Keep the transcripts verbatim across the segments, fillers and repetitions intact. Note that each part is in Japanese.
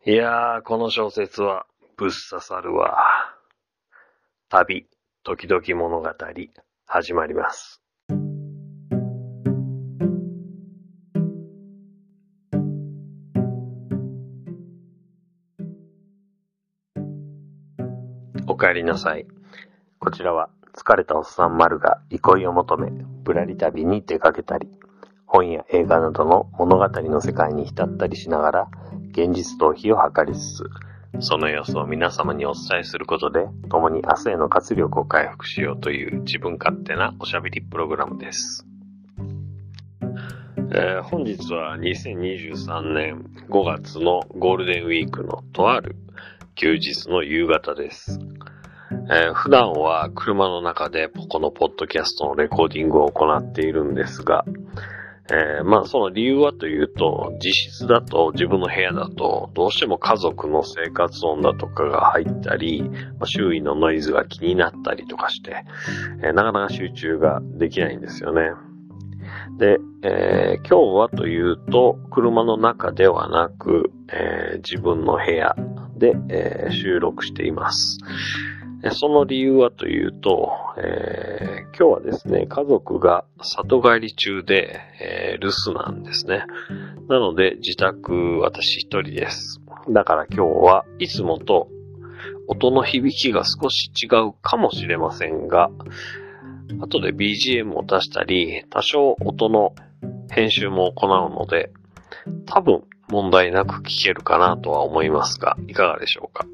いやー、この小説はぶっ刺さるわ。旅、時々物語、始まります。おかえりなさい。こちらは疲れたおっさん丸が憩いを求め、ぶらり旅に出かけたり、本や映画などの物語の世界に浸ったりしながら、現実逃避を図りつつ、その様子を皆様にお伝えすることで、共に明日への活力を回復しようという自分勝手なおしゃべりプログラムです。えー、本日はにせんにじゅうさんねんごがつのゴールデンウィークのとある休日の夕方です。えー、普段は車の中でこのポッドキャストのレコーディングを行っているんですが、えー、まあその理由はというと、自室だと自分の部屋だとどうしても家族の生活音だとかが入ったり、まあ、周囲のノイズが気になったりとかして、えー、なかなか集中ができないんですよね。で、えー、今日はというと車の中ではなく、えー、自分の部屋で、えー、収録しています。その理由はというと、えー、今日はですね、家族が里帰り中で、えー、留守なんですね。なので自宅私一人です。だから今日はいつもと音の響きが少し違うかもしれませんが、後で ビージーエム を出したり、多少音の編集も行うので、多分問題なく聞けるかなとは思いますが、いかがでしょうか。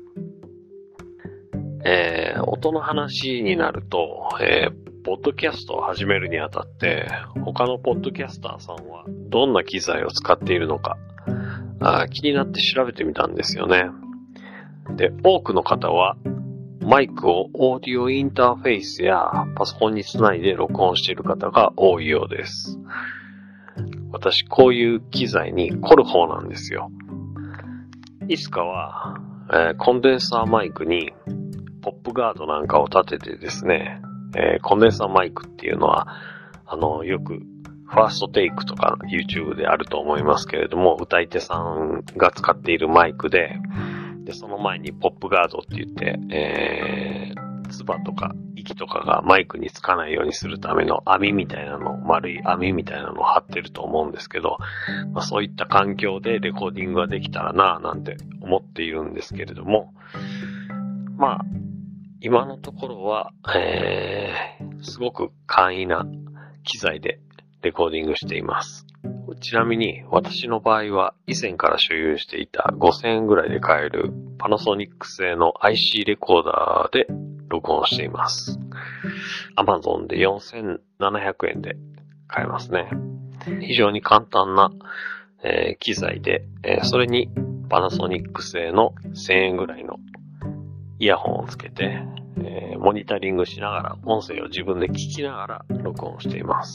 えー、音の話になると、えー、ポッドキャストを始めるにあたって、他のポッドキャスターさんはどんな機材を使っているのか、あ気になって調べてみたんですよね。で、多くの方は、マイクをオーディオインターフェースやパソコンにつないで録音している方が多いようです。私、こういう機材に凝る方なんですよ。いつかは、えー、コンデンサーマイクにポップガードなんかを立ててですね、えー、コンデンサーマイクっていうのは、あの、よく、ファーストテイクとか YouTube であると思いますけれども、歌い手さんが使っているマイクで、で、その前にポップガードって言って、えー、唾とか息とかがマイクにつかないようにするための網みたいなの、丸い網みたいなのを貼ってると思うんですけど、まあ、そういった環境でレコーディングができたらなぁなんて思っているんですけれども、まあ、今のところは、えー、すごく簡易な機材でレコーディングしています。ちなみに私の場合は以前から所有していたごせんえんぐらいで買えるパナソニック製の アイシー レコーダーで録音しています。Amazon でよんせんななひゃくえんで買えますね。非常に簡単な、えー、機材で、えー、それにパナソニック製のせんえんぐらいのイヤホンをつけて、えー、モニタリングしながら音声を自分で聞きながら録音しています。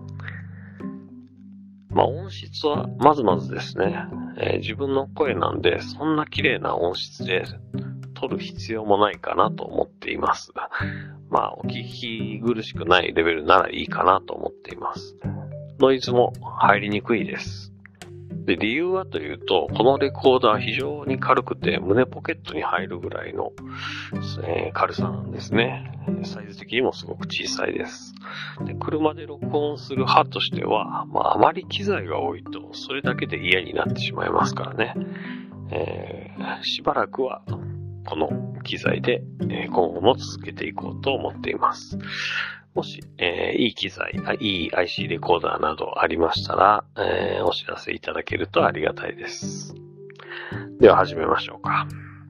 まあ音質はまずまずですね、えー、自分の声なんでそんな綺麗な音質で撮る必要もないかなと思っています。まあお聞き苦しくないレベルならいいかなと思っています。ノイズも入りにくいです。で、理由はというと、このレコーダー非常に軽くて胸ポケットに入るぐらいの、えー、軽さなんですね。サイズ的にもすごく小さいです。で、車で録音する派としては、まあ、あまり機材が多いと、それだけで嫌になってしまいますからね。えー、しばらくは、この機材で、えー、今後も続けていこうと思っています。もし、えー、いい機材、いい アイシー レコーダーなどありましたら、えー、お知らせいただけるとありがたいです。では始めましょうか。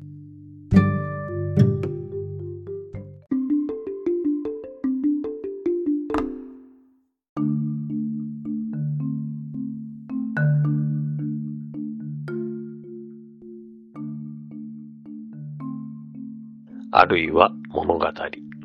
あるいは物語。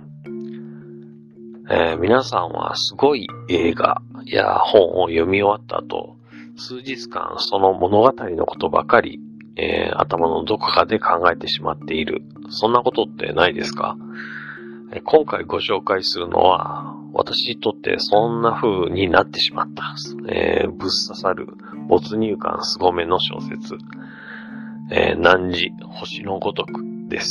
えー、皆さんはすごい映画や本を読み終わった後、数日間その物語のことばかり、えー、頭のどこかで考えてしまっている。そんなことってないですか？えー、今回ご紹介するのは、私にとってそんな風になってしまった。えー、ぶっ刺さる没入感すごめの小説。 えー、汝星のごとくです。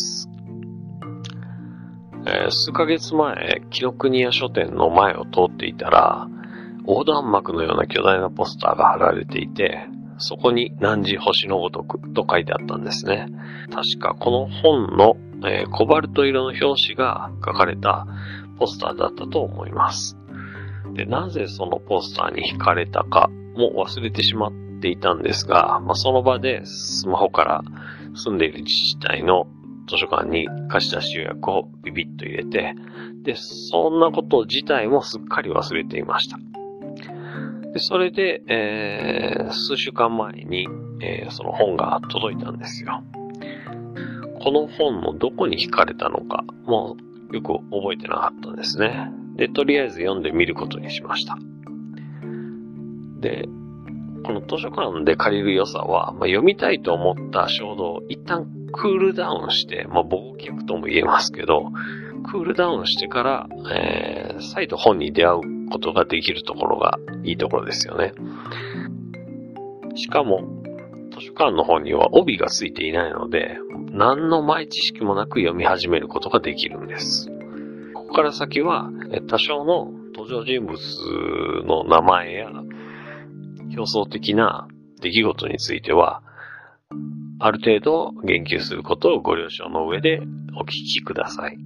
えー、数ヶ月前、紀ノ国屋書店の前を通っていたら、横断幕のような巨大なポスターが貼られていて、そこに汝星のごとくと書いてあったんですね。確かこの本の、えー、コバルト色の表紙が書かれたポスターだったと思います。で、なぜそのポスターに惹かれたかも忘れてしまっていたんですが、まあ、その場でスマホから住んでいる自治体の図書館に貸し出し予約をビビッと入れて、で、そんなこと自体もすっかり忘れていました。で、それで、えー、数週間前に、えー、その本が届いたんですよ。この本のどこに惹かれたのかもうよく覚えてなかったんですね。で、とりあえず読んでみることにしました。で、この図書館で借りる良さは、まあ、読みたいと思った衝動を一旦クールダウンして、まあ、忘却とも言えますけど、クールダウンしてから、えー、再度本に出会うことができるところがいいところですよね。しかも、図書館の本には帯がついていないので、何の前知識もなく読み始めることができるんです。ここから先は、多少の登場人物の名前や表層的な出来事については、ある程度言及することをご了承の上でお聞きください。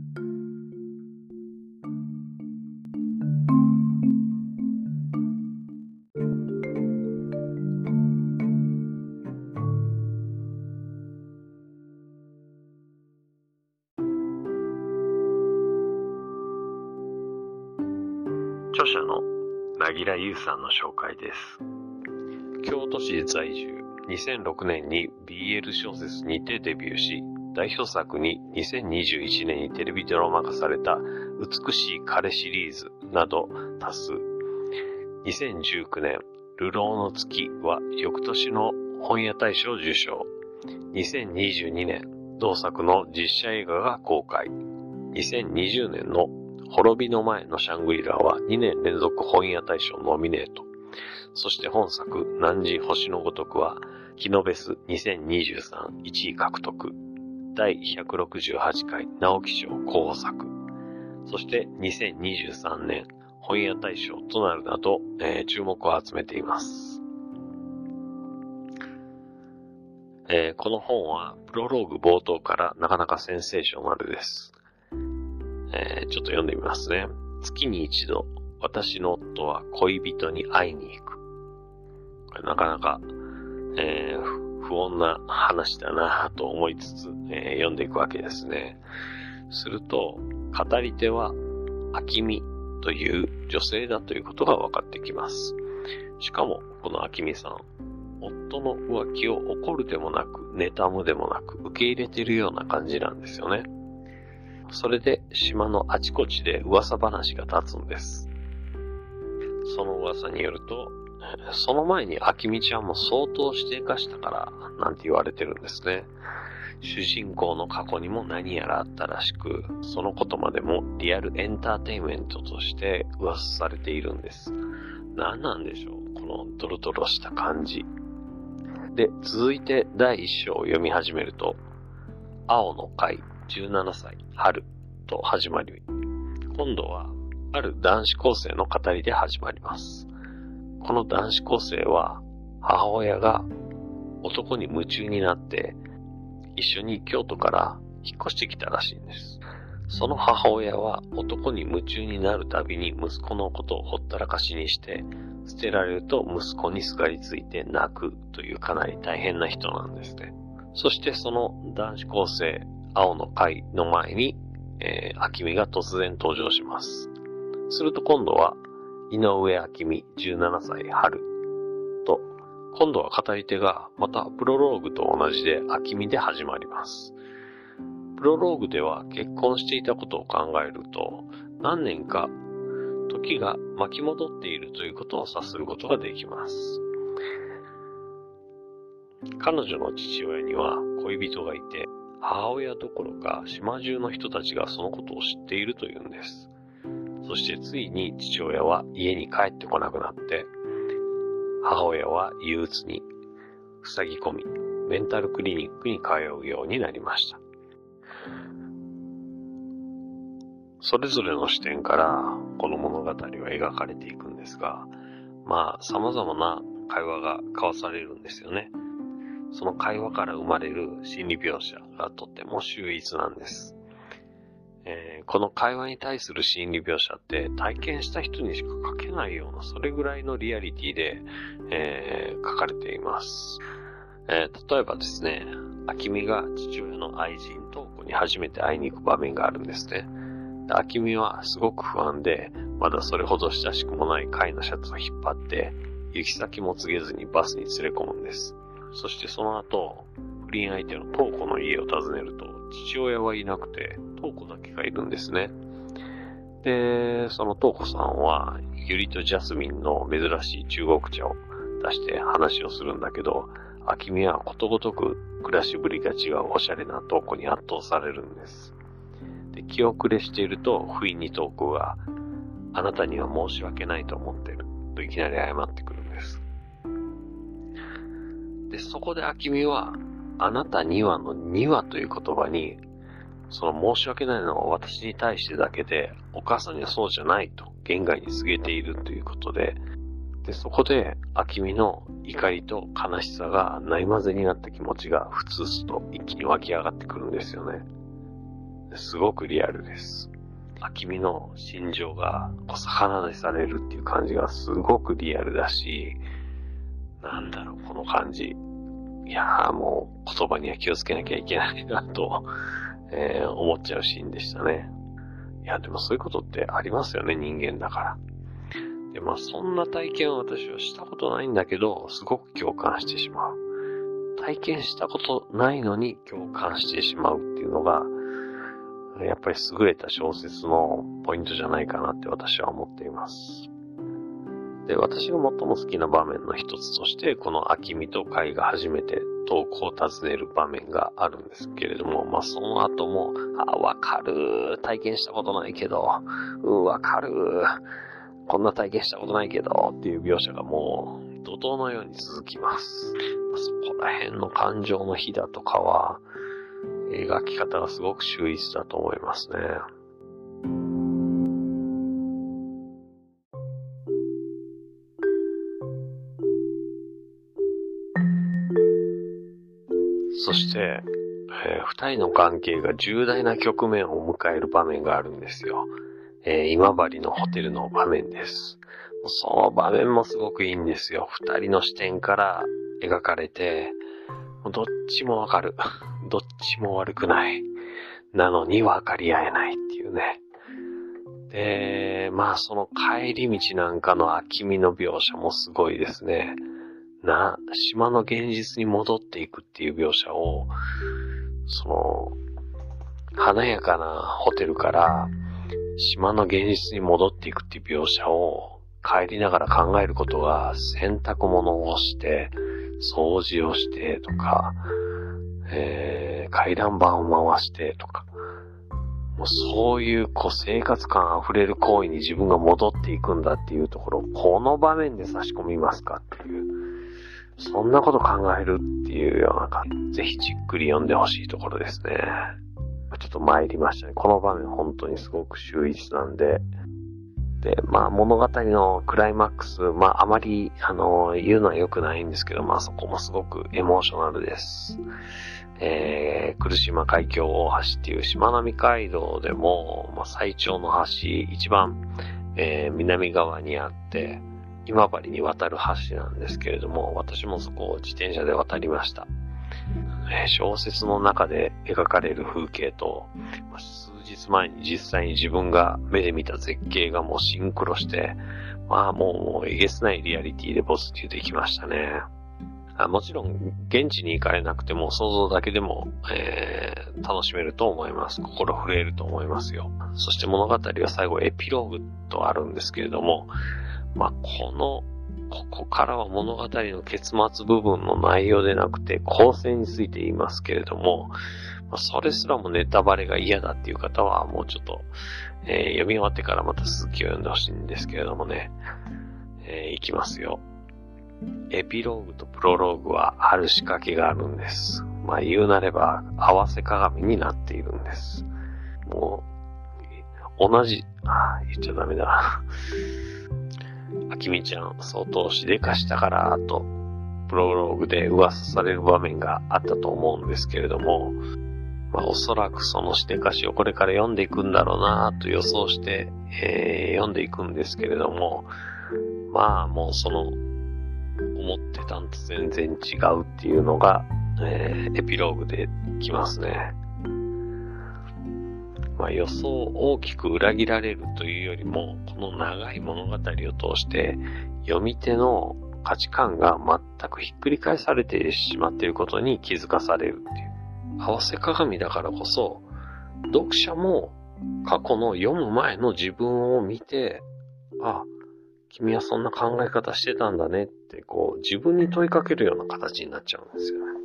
著者の凪良優さんの紹介です。京都市在住、にせんろくねんに ビーエル 小説にてデビューし、代表作ににせんにじゅういちねんにテレビドラマ化された美しい彼シリーズなど多数。にせんじゅうきゅうねん、流浪の月は翌年の本屋大賞受賞。にせんにじゅうにねん、同作の実写映画が公開。にせんにじゅうねんの滅びの前のシャングリラはにねん連続本屋大賞ノミネート。そして本作、汝星のごとくは、キノベスにせんにじゅうさんいちい獲得。だいひゃくろくじゅうはちかい直木賞候補作。そしてにせんにじゅうさんねん本屋大賞となるなど、えー、注目を集めています。えー、この本はプロローグ冒頭からなかなかセンセーショナルです。えー、ちょっと読んでみますね。月に一度、私の夫は恋人に会いに行く。これなかなか、えー、不穏な話だなと思いつつ、えー、読んでいくわけですね。すると、語り手は、明美という女性だということが分かってきます。しかも、この明美さん、夫の浮気を怒るでもなく、妬むでもなく、受け入れているような感じなんですよね。それで、島のあちこちで噂話が立つんです。その噂によると、その前に明美ちゃんも相当指定化したから、なんて言われてるんですね。主人公の過去にも何やらあったらしく、そのことまでもリアルエンターテインメントとして噂されているんです。何なんでしょう、このドロドロした感じ。で、続いてだいいっ章を読み始めると、青の会、じゅうななさい、春と始まり、今度はある男子高生の語りで始まります。この男子高生は母親が男に夢中になって一緒に京都から引っ越してきたらしいんです。その母親は男に夢中になるたびに息子のことをほったらかしにして捨てられると息子にすがりついて泣くというかなり大変な人なんですね。そしてその男子高生青の会の前に、えー、明美が突然登場します。すると今度は井上明美じゅうななさい春と、今度は語り手がまたプロローグと同じで明美で始まります。プロローグでは結婚していたことを考えると、何年か時が巻き戻っているということを察することができます。彼女の父親には恋人がいて、母親どころか島中の人たちがそのことを知っているというんです。そしてついに父親は家に帰ってこなくなって、母親は憂鬱に塞ぎ込み、 メンタルクリニックに通うようになりました。それぞれの視点からこの物語は描かれていくんですが、まあ様々な会話が交わされるんですよね。その会話から生まれる心理描写がとても秀逸なんです。えー、この会話に対する心理描写って体験した人にしか書けないようなそれぐらいのリアリティで、えー、書かれています。えー、例えばですね、明美が父親の愛人トウコに初めて会いに行く場面があるんですね。明美はすごく不安で、まだそれほど親しくもない貝のシャツを引っ張って、行き先も告げずにバスに連れ込むんです。そしてその後、不倫相手のトウコの家を訪ねると、父親はいなくて、トウコだけがいるんですね。で、そのトウコさんは、ユリとジャスミンの珍しい中国茶を出して話をするんだけど、明美はことごとく暮らしぶりが違うおしゃれなトウコに圧倒されるんです。で、気遅れしていると、不意にトウコが、あなたには申し訳ないと思ってる、といきなり謝ってくるんです。で、そこで明美は、あなたにはのにはという言葉に、その申し訳ないのは私に対してだけで、お母さんにはそうじゃないと言外に告げているということで、で、そこで明美の怒りと悲しさがないまぜになった気持ちがふつふつと一気に湧き上がってくるんですよね。すごくリアルです。明美の心情が逆なでされるっていう感じがすごくリアルだし、なんだろう、この感じ。いやーもう言葉には気をつけなきゃいけないなと、えー、思っちゃうシーンでしたね。いや、でもそういうことってありますよね、人間だから。で、まあそんな体験は私はしたことないんだけど、すごく共感してしまう。体験したことないのに共感してしまうっていうのが、やっぱり優れた小説のポイントじゃないかなって私は思っています。で、私が最も好きな場面の一つとして、この明美と貝が初めてトウコを訪ねる場面があるんですけれども、まあその後も、あ、わかる、体験したことないけど、うん、わかる、こんな体験したことないけど、っていう描写がもう怒涛のように続きます。そこら辺の感情の火だとかは、描き方がすごく秀逸だと思いますね。そして、えー、二人の関係が重大な局面を迎える場面があるんですよ。えー、今治のホテルの場面です。その場面もすごくいいんですよ。二人の視点から描かれて、どっちもわかる。どっちも悪くない。なのに分かり合えないっていうね。で、まあその帰り道なんかの明美の描写もすごいですね。な、島の現実に戻っていくっていう描写を、その、華やかなホテルから島の現実に戻っていくっていう描写を帰りながら考えることが、洗濯物をして、掃除をしてとか、えー、回覧板を回してとか、もうそういうこう生活感あふれる行為に自分が戻っていくんだっていうところをこの場面で差し込みますかっていう、そんなこと考えるっていうような感じ、ぜひじっくり読んでほしいところですね。ちょっと参りましたね。この場面本当にすごく秀逸なんで、で、まあ物語のクライマックス、まああまりあの言うのは良くないんですけど、まあそこもすごくエモーショナルです。えー、来島海峡大橋っていうしまなみ海道でも、まあ、最長の橋、一番、えー、南側にあって、今治に渡る橋なんですけれども、私もそこを自転車で渡りました。えー、小説の中で描かれる風景と、まあ、数日前に実際に自分が目で見た絶景がもうシンクロして、まあもう、もうえげつないリアリティで没入できましたね。あ、もちろん現地に行かれなくても想像だけでも、えー、楽しめると思います。心震えると思いますよ。そして物語は最後エピローグとあるんですけれども、まあ、このここからは物語の結末部分の内容でなくて構成について言いますけれども、まあ、それすらもネタバレが嫌だっていう方はもうちょっと、えー、読み終わってからまた続きを読んでほしいんですけれどもね、えー、いきますよ。 エピローグとプロローグはある仕掛けがあるんです。まあ言うなれば合わせ鏡になっているんです。もう、同じ、あ言っちゃダメだ。あきみちゃん相当しでかしたからと、プロローグで噂される場面があったと思うんですけれども、まあおそらくそのしでかしをこれから読んでいくんだろうなと予想して、えー、読んでいくんですけれども、まあもうその思ってたんと全然違うっていうのが、えー、エピローグできますね。まあ予想を大きく裏切られるというよりも、この長い物語を通して読み手の価値観が全くひっくり返されてしまっていることに気づかされるっていう。合わせ鏡だからこそ、読者も過去の読む前の自分を見て、あ、君はそんな考え方してたんだねって、こう自分に問いかけるような形になっちゃうんですよね。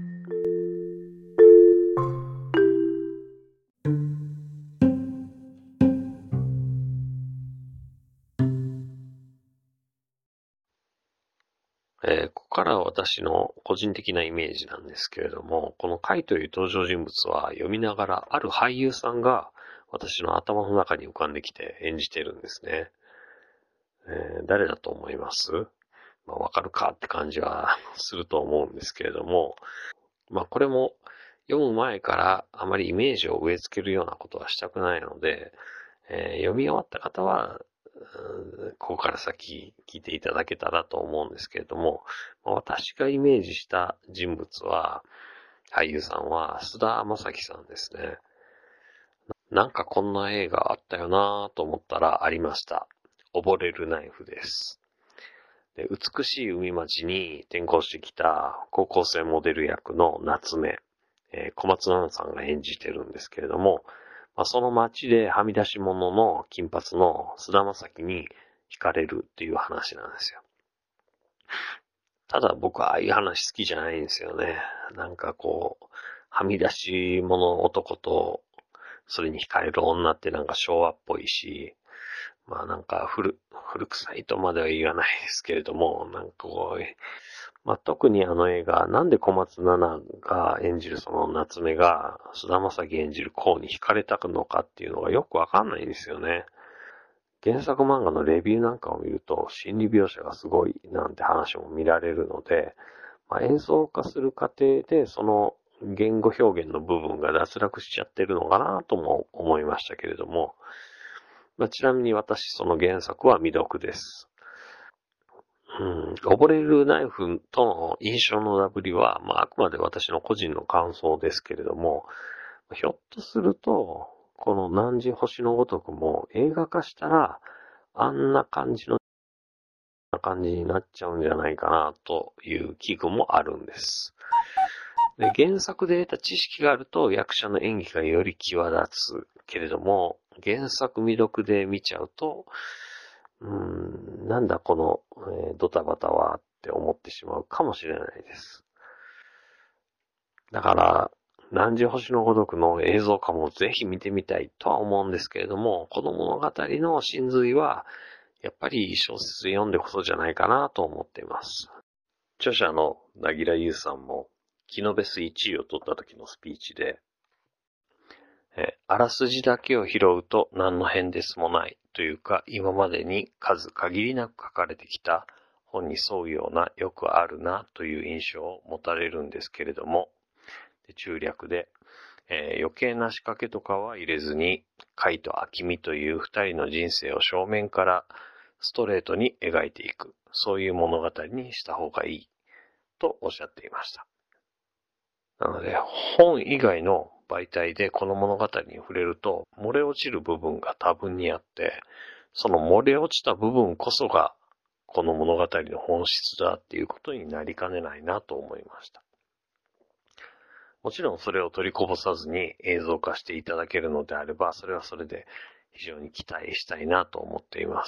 えー、ここからは私の個人的なイメージなんですけれども、このカイという登場人物は読みながらある俳優さんが私の頭の中に浮かんできて演じてるんですね。えー、誰だと思います？まあ、わかるかって感じはすると思うんですけれども、まあこれも読む前からあまりイメージを植え付けるようなことはしたくないので、えー、読み終わった方は、ここから先聞いていただけたらと思うんですけれども、私がイメージした人物は、俳優さんは菅田将暉さんですね。なんかこんな映画あったよなぁと思ったらありました。溺れるナイフです。で、美しい海町に転校してきた高校生モデル役の夏目、えー、小松菜奈さんが演じてるんですけれども、まあ、その街ではみ出し者の金髪の菅田将暉に惹かれるっていう話なんですよ。ただ僕はああいう話好きじゃないんですよね。なんかこう、はみ出し者男とそれに惹かれる女ってなんか昭和っぽいし、まあなんか古、古臭いとまでは言わないですけれども、なんかこう、まあ特にあの映画、なんで小松菜奈が演じるその夏目が菅田将暉演じるこうに惹かれたのかっていうのがよくわかんないんですよね。原作漫画のレビューなんかを見ると心理描写がすごいなんて話も見られるので、まあ、演奏化する過程でその言語表現の部分が脱落しちゃってるのかなとも思いましたけれども、まあ、ちなみに私その原作は未読です。うん、溺れるナイフとの印象のダブりは、まあ、あくまで私の個人の感想ですけれども、ひょっとすると、この汝星のごとくも映画化したら、あんな感じの感じになっちゃうんじゃないかなという危惧もあるんです。で、原作で得た知識があると役者の演技がより際立つけれども、原作未読で見ちゃうと、うーん、なんだこの、えー、ドタバタはって思ってしまうかもしれないです。だから、汝星のごとくの映像化もぜひ見てみたいとは思うんですけれども、この物語の真髄は、やっぱり小説で読んでこそじゃないかなと思っています。著者のなぎらゆうさんも、キノベスいちいを取った時のスピーチで、えあらすじだけを拾うと何の変哲もないというか、今までに数限りなく書かれてきた本に沿うようなよくあるなという印象を持たれるんですけれども、で中略で、えー、余計な仕掛けとかは入れずに、カイとアキミという二人の人生を正面からストレートに描いていく、そういう物語にした方がいいとおっしゃっていました。なので、本以外の媒体でこの物語に触れると、漏れ落ちる部分が多分にあって、その漏れ落ちた部分こそが、この物語の本質だっていうことになりかねないなと思いました。もちろんそれを取りこぼさずに映像化していただけるのであれば、それはそれで非常に期待したいなと思っています。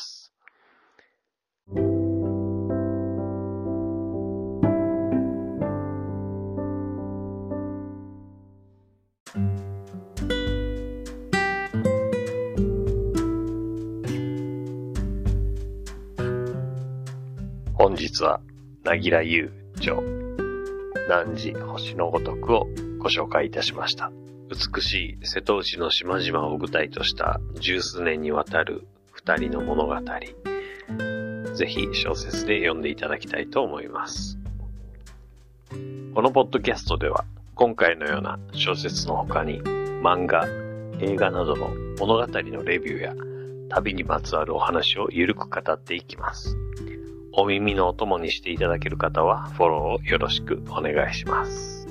本日はなぎらゆう著、汝星のごとくをご紹介いたしました。美しい瀬戸内の島々を舞台とした十数年にわたる二人の物語。ぜひ小説で読んでいただきたいと思います。このポッドキャストでは今回のような小説の他に漫画、映画などの物語のレビューや旅にまつわるお話をゆるく語っていきます。お耳のお供にしていただける方はフォローをよろしくお願いします。